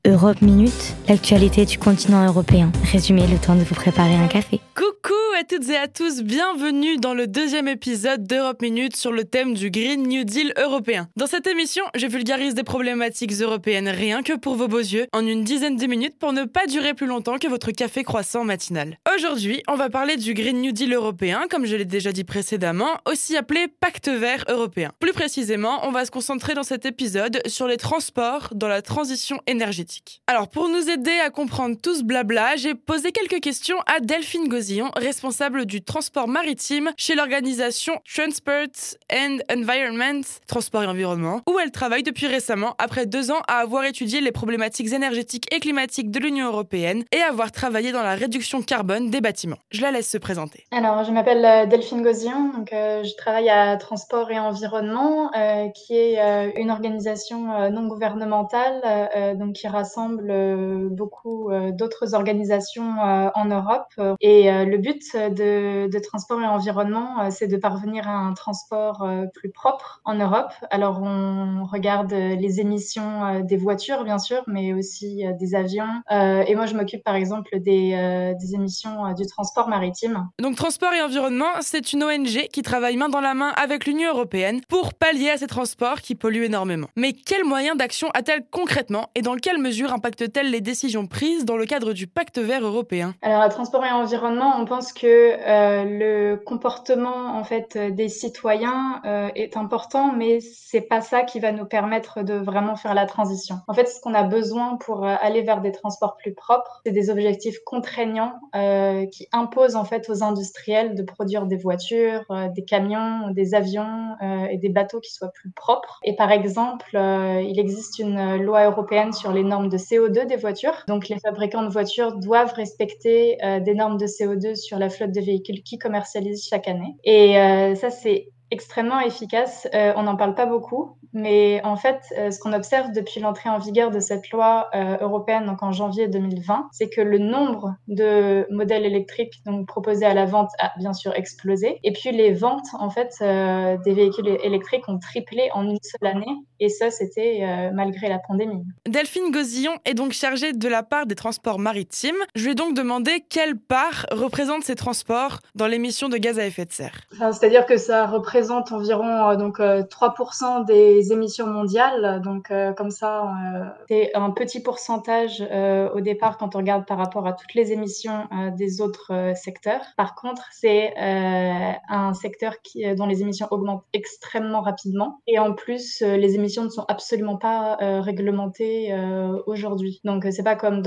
Europe Minute, l'actualité du continent européen. Résumé, le temps de vous préparer un café. Coucou à toutes et à tous, bienvenue dans le deuxième épisode d'Europe Minute sur le thème du Green New Deal européen. Dans cette émission, je vulgarise des problématiques européennes rien que pour vos beaux yeux, en une dizaine de minutes pour ne pas durer plus longtemps que votre café croissant matinal. Aujourd'hui, on va parler du Green New Deal européen, comme je l'ai déjà dit précédemment, aussi appelé Pacte vert européen. Plus précisément, on va se concentrer dans cet épisode sur les transports dans la transition énergétique. Alors pour nous aider à comprendre tout ce blabla, j'ai posé quelques questions à Delphine Gozillon, responsable du transport maritime chez l'organisation Transport and Environment, Transport et Environnement, où elle travaille depuis récemment, après 2 ans à avoir étudié les problématiques énergétiques et climatiques de l'Union européenne et avoir travaillé dans la réduction carbone des bâtiments. Je la laisse se présenter. Alors, je m'appelle Delphine Gozillon, je travaille à Transport et Environnement, qui est une organisation non gouvernementale, qui rassemble beaucoup d'autres organisations en Europe. Et le but de Transport et Environnement, c'est de parvenir à un transport plus propre en Europe. Alors, on regarde les émissions des voitures, bien sûr, mais aussi des avions. Et moi, je m'occupe par exemple des émissions du transport maritime. Donc Transport et Environnement, c'est une ONG qui travaille main dans la main avec l'Union européenne pour pallier à ces transports qui polluent énormément. Mais quels moyens d'action a-t-elle concrètement et dans quelle mesure impacte-t-elle les décisions prises dans le cadre du Pacte vert européen ? Alors à Transport et Environnement, on pense que le comportement en fait des citoyens est important, mais c'est pas ça qui va nous permettre de vraiment faire la transition. En fait, ce qu'on a besoin pour aller vers des transports plus propres, c'est des objectifs contraignants qui imposent en fait aux industriels de produire des voitures, des camions, des avions et des bateaux qui soient plus propres. Et par exemple, il existe une loi européenne sur les normes de CO2 des voitures. Donc les fabricants de voitures doivent respecter des normes de CO2 sur la flotte de véhicules qu'ils commercialisent chaque année. Et ça, c'est extrêmement efficace. On n'en parle pas beaucoup, mais en fait, ce qu'on observe depuis l'entrée en vigueur de cette loi européenne, donc en janvier 2020, c'est que le nombre de modèles électriques donc proposés à la vente a bien sûr explosé. Et puis les ventes en fait des véhicules électriques ont triplé en une seule année. Et ça, c'était malgré la pandémie. Delphine Gozillon est donc chargée de la part des transports maritimes. Je lui ai donc demandé quelle part représentent ces transports dans l'émission de gaz à effet de serre. C'est-à-dire que ça représente environ 3% des émissions mondiales. Comme ça, c'est un petit pourcentage au départ quand on regarde par rapport à toutes les émissions des autres secteurs. Par contre, c'est un secteur dont les émissions augmentent extrêmement rapidement. Et en plus, les émissions ne sont absolument pas réglementées aujourd'hui. Donc, c'est pas comme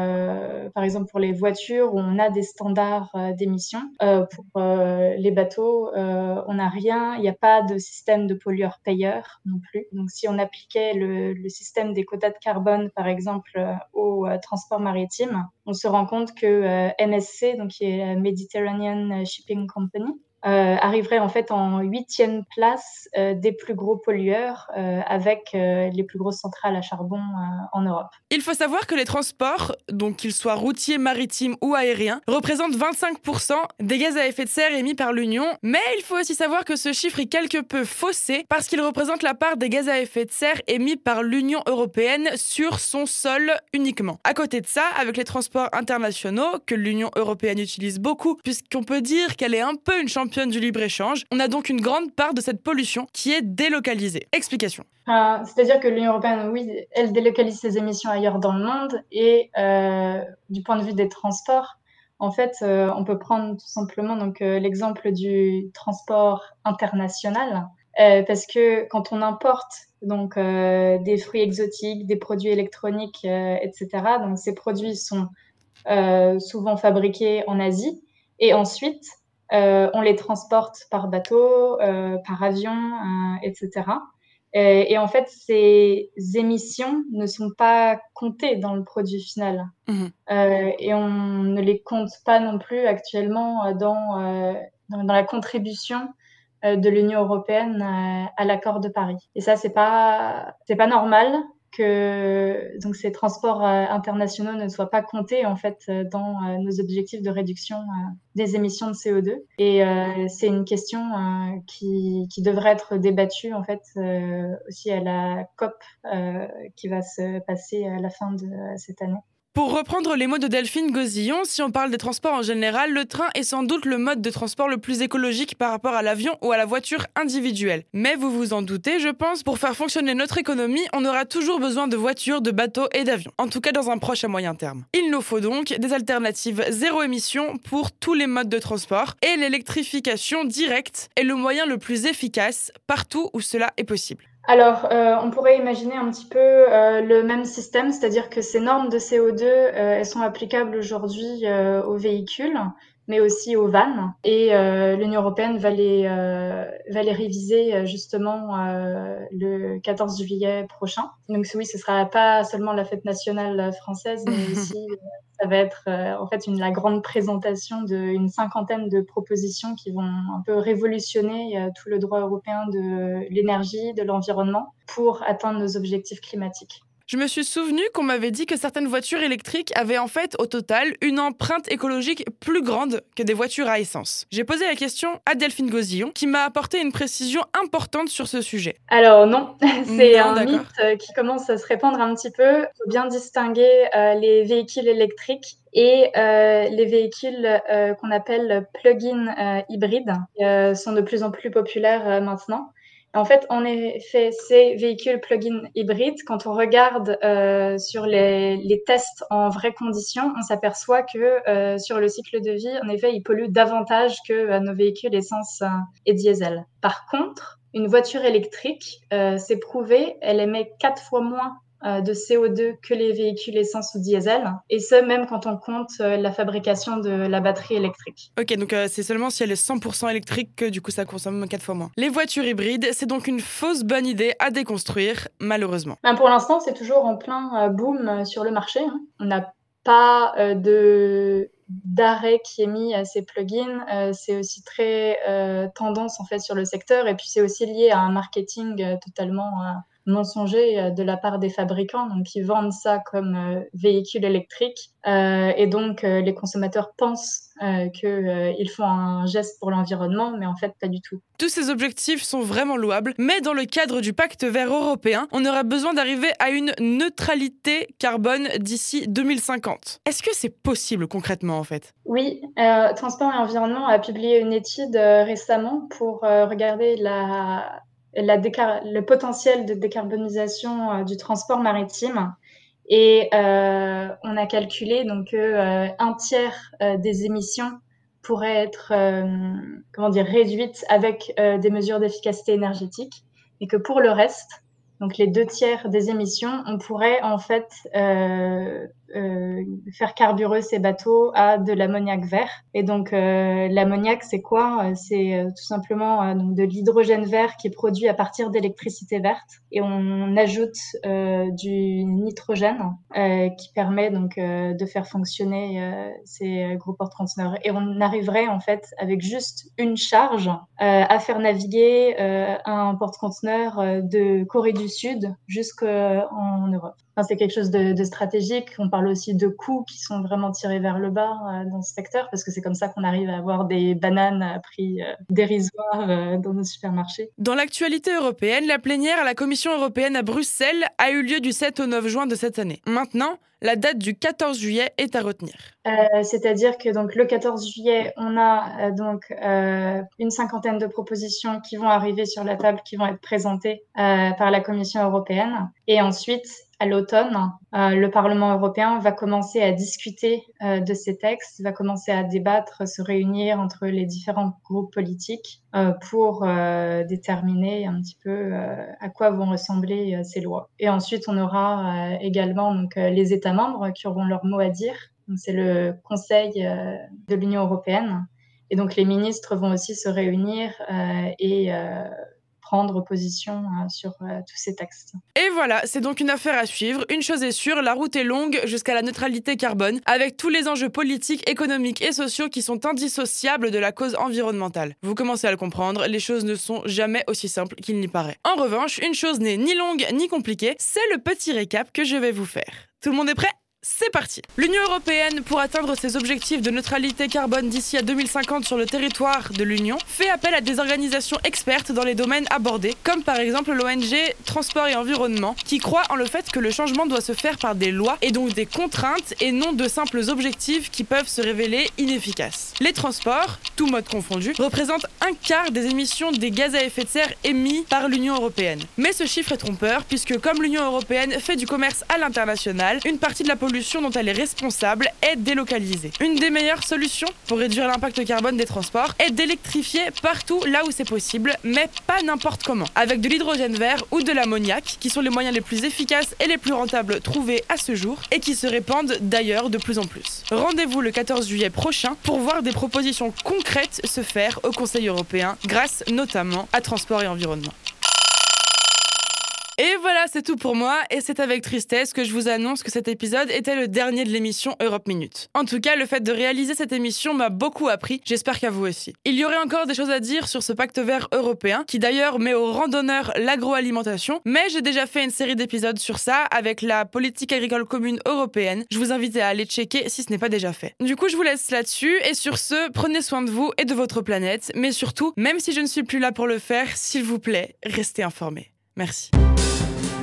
par exemple, pour les voitures où on a des standards d'émissions. Pour les bateaux, on n'a rien, il n'y a pas de système de pollueur-payeur non plus. Donc, si on appliquait le système des quotas de carbone, par exemple, au transport maritime, on se rend compte que MSC, donc qui est la Mediterranean Shipping Company, arriverait en fait en 8e place des plus gros pollueurs avec les plus grosses centrales à charbon en Europe. Il faut savoir que les transports, donc qu'ils soient routiers, maritimes ou aériens, représentent 25% des gaz à effet de serre émis par l'Union, mais il faut aussi savoir que ce chiffre est quelque peu faussé parce qu'il représente la part des gaz à effet de serre émis par l'Union européenne sur son sol uniquement. À côté de ça, avec les transports internationaux, que l'Union européenne utilise beaucoup, puisqu'on peut dire qu'elle est un peu une championne du libre-échange, on a donc une grande part de cette pollution qui est délocalisée. Explication. C'est-à-dire que l'Union européenne, oui, elle délocalise ses émissions ailleurs dans le monde et du point de vue des transports, en fait, on peut prendre tout simplement l'exemple du transport international parce que quand on importe des fruits exotiques, des produits électroniques, etc., donc ces produits sont souvent fabriqués en Asie et ensuite on les transporte par bateau, par avion, etc. Et en fait, ces émissions ne sont pas comptées dans le produit final. Et on ne les compte pas non plus actuellement dans la contribution de l'Union européenne à l'accord de Paris. Et ça, c'est pas normal. que donc ces transports internationaux ne soient pas comptés en fait dans nos objectifs de réduction des émissions de CO2. Et c'est une question qui devrait être débattue en fait aussi à la COP qui va se passer à la fin de cette année. Pour reprendre les mots de Delphine Gozillon, si on parle des transports en général, le train est sans doute le mode de transport le plus écologique par rapport à l'avion ou à la voiture individuelle. Mais vous vous en doutez, je pense, pour faire fonctionner notre économie, on aura toujours besoin de voitures, de bateaux et d'avions. En tout cas dans un proche à moyen terme. Il nous faut donc des alternatives zéro émission pour tous les modes de transport, et l'électrification directe est le moyen le plus efficace partout où cela est possible. Alors, on pourrait imaginer un petit peu le même système, c'est-à-dire que ces normes de CO2, elles sont applicables aujourd'hui aux véhicules, mais aussi aux vannes. Et l'Union européenne va les réviser justement le 14 juillet prochain. Donc oui, ce sera pas seulement la fête nationale française, mais aussi ça va être en fait la grande présentation d'une cinquantaine de propositions qui vont un peu révolutionner tout le droit européen de l'énergie, de l'environnement pour atteindre nos objectifs climatiques. Je me suis souvenu qu'on m'avait dit que certaines voitures électriques avaient en fait, au total, une empreinte écologique plus grande que des voitures à essence. J'ai posé la question à Delphine Gozillon, qui m'a apporté une précision importante sur ce sujet. Alors non, c'est un d'accord. mythe qui commence à se répandre un petit peu. Il faut bien distinguer les véhicules électriques et les véhicules qu'on appelle plug-in hybrides, sont de plus en plus populaires maintenant. En fait, en effet, ces véhicules plug-in hybrides, quand on regarde sur les tests en vraies conditions, on s'aperçoit que sur le cycle de vie, en effet, ils polluent davantage que nos véhicules essence et diesel. Par contre, une voiture électrique, c'est prouvé, elle émet 4 fois moins de CO2 que les véhicules essence ou diesel, et ce, même quand on compte la fabrication de la batterie électrique. Ok, donc c'est seulement si elle est 100% électrique que du coup ça consomme 4 fois moins. Les voitures hybrides, c'est donc une fausse bonne idée à déconstruire, malheureusement. Ben, pour l'instant, c'est toujours en plein boom sur le marché, hein. On n'a pas d'arrêt qui est mis à ces plugins. C'est aussi très tendance en fait sur le secteur, et puis c'est aussi lié à un marketing totalement mensonger de la part des fabricants, donc qui vendent ça comme véhicule électrique, et donc les consommateurs pensent qu'ils font un geste pour l'environnement, mais en fait pas du tout. Tous ces objectifs sont vraiment louables, mais dans le cadre du pacte vert européen, on aura besoin d'arriver à une neutralité carbone d'ici 2050. Est-ce que c'est possible concrètement en fait ? Oui, Transport et Environnement a publié une étude récemment pour regarder le potentiel de décarbonisation du transport maritime. Et on a calculé donc que un tiers des émissions pourraient être réduites avec des mesures d'efficacité énergétique, et que pour le reste, donc les 2 tiers des émissions, on pourrait en fait faire carburer ces bateaux à de l'ammoniac vert. Et donc l'ammoniac, c'est quoi ? C'est tout simplement donc de l'hydrogène vert qui est produit à partir d'électricité verte, et on ajoute du nitrogène qui permet donc de faire fonctionner ces gros porte-conteneurs. Et on arriverait en fait avec juste une charge à faire naviguer un porte-conteneur de Corée du Sud jusqu'en Europe. Enfin, c'est quelque chose de stratégique. On parle aussi de coûts qui sont vraiment tirés vers le bas dans ce secteur, parce que c'est comme ça qu'on arrive à avoir des bananes à prix dérisoires dans nos supermarchés. Dans l'actualité européenne, la plénière à la Commission européenne à Bruxelles a eu lieu du 7 au 9 juin de cette année. Maintenant, la date du 14 juillet est à retenir. C'est-à-dire que donc le 14 juillet, on a une cinquantaine de propositions qui vont arriver sur la table, qui vont être présentées par la Commission européenne. Et ensuite, à l'automne, le Parlement européen va commencer à discuter de ces textes, va commencer à débattre, se réunir entre les différents groupes politiques pour déterminer un petit peu à quoi vont ressembler ces lois. Et ensuite, on aura également donc les États membres qui auront leur mot à dire. Donc, c'est le Conseil de l'Union européenne. Et donc, les ministres vont aussi se réunir et prendre position sur tous ces textes. Et voilà, c'est donc une affaire à suivre. Une chose est sûre, la route est longue jusqu'à la neutralité carbone, avec tous les enjeux politiques, économiques et sociaux qui sont indissociables de la cause environnementale. Vous commencez à le comprendre, les choses ne sont jamais aussi simples qu'il n'y paraît. En revanche, une chose n'est ni longue ni compliquée, c'est le petit récap que je vais vous faire. Tout le monde est prêt ? C'est parti! L'Union européenne, pour atteindre ses objectifs de neutralité carbone d'ici à 2050 sur le territoire de l'Union, fait appel à des organisations expertes dans les domaines abordés, comme par exemple l'ONG Transport et Environnement, qui croit en le fait que le changement doit se faire par des lois et donc des contraintes et non de simples objectifs qui peuvent se révéler inefficaces. Les transports, tout mode confondu, représentent un quart des émissions des gaz à effet de serre émis par l'Union européenne. Mais ce chiffre est trompeur, puisque comme l'Union européenne fait du commerce à l'international, une partie de la pollution dont elle est responsable est délocalisée. Une des meilleures solutions pour réduire l'impact carbone des transports est d'électrifier partout là où c'est possible, mais pas n'importe comment, avec de l'hydrogène vert ou de l'ammoniac, qui sont les moyens les plus efficaces et les plus rentables trouvés à ce jour, et qui se répandent d'ailleurs de plus en plus. Rendez-vous le 14 juillet prochain pour voir des propositions concrètes se faire au Conseil européen, grâce notamment à Transport et Environnement. Et voilà, c'est tout pour moi, et c'est avec tristesse que je vous annonce que cet épisode était le dernier de l'émission Europe Minute. En tout cas, le fait de réaliser cette émission m'a beaucoup appris, j'espère qu'à vous aussi. Il y aurait encore des choses à dire sur ce pacte vert européen, qui d'ailleurs met au rang d'honneur l'agroalimentation, mais j'ai déjà fait une série d'épisodes sur ça, avec la politique agricole commune européenne. Je vous invite à aller checker si ce n'est pas déjà fait. Du coup, je vous laisse là-dessus, et sur ce, prenez soin de vous et de votre planète, mais surtout, même si je ne suis plus là pour le faire, s'il vous plaît, restez informés. Merci.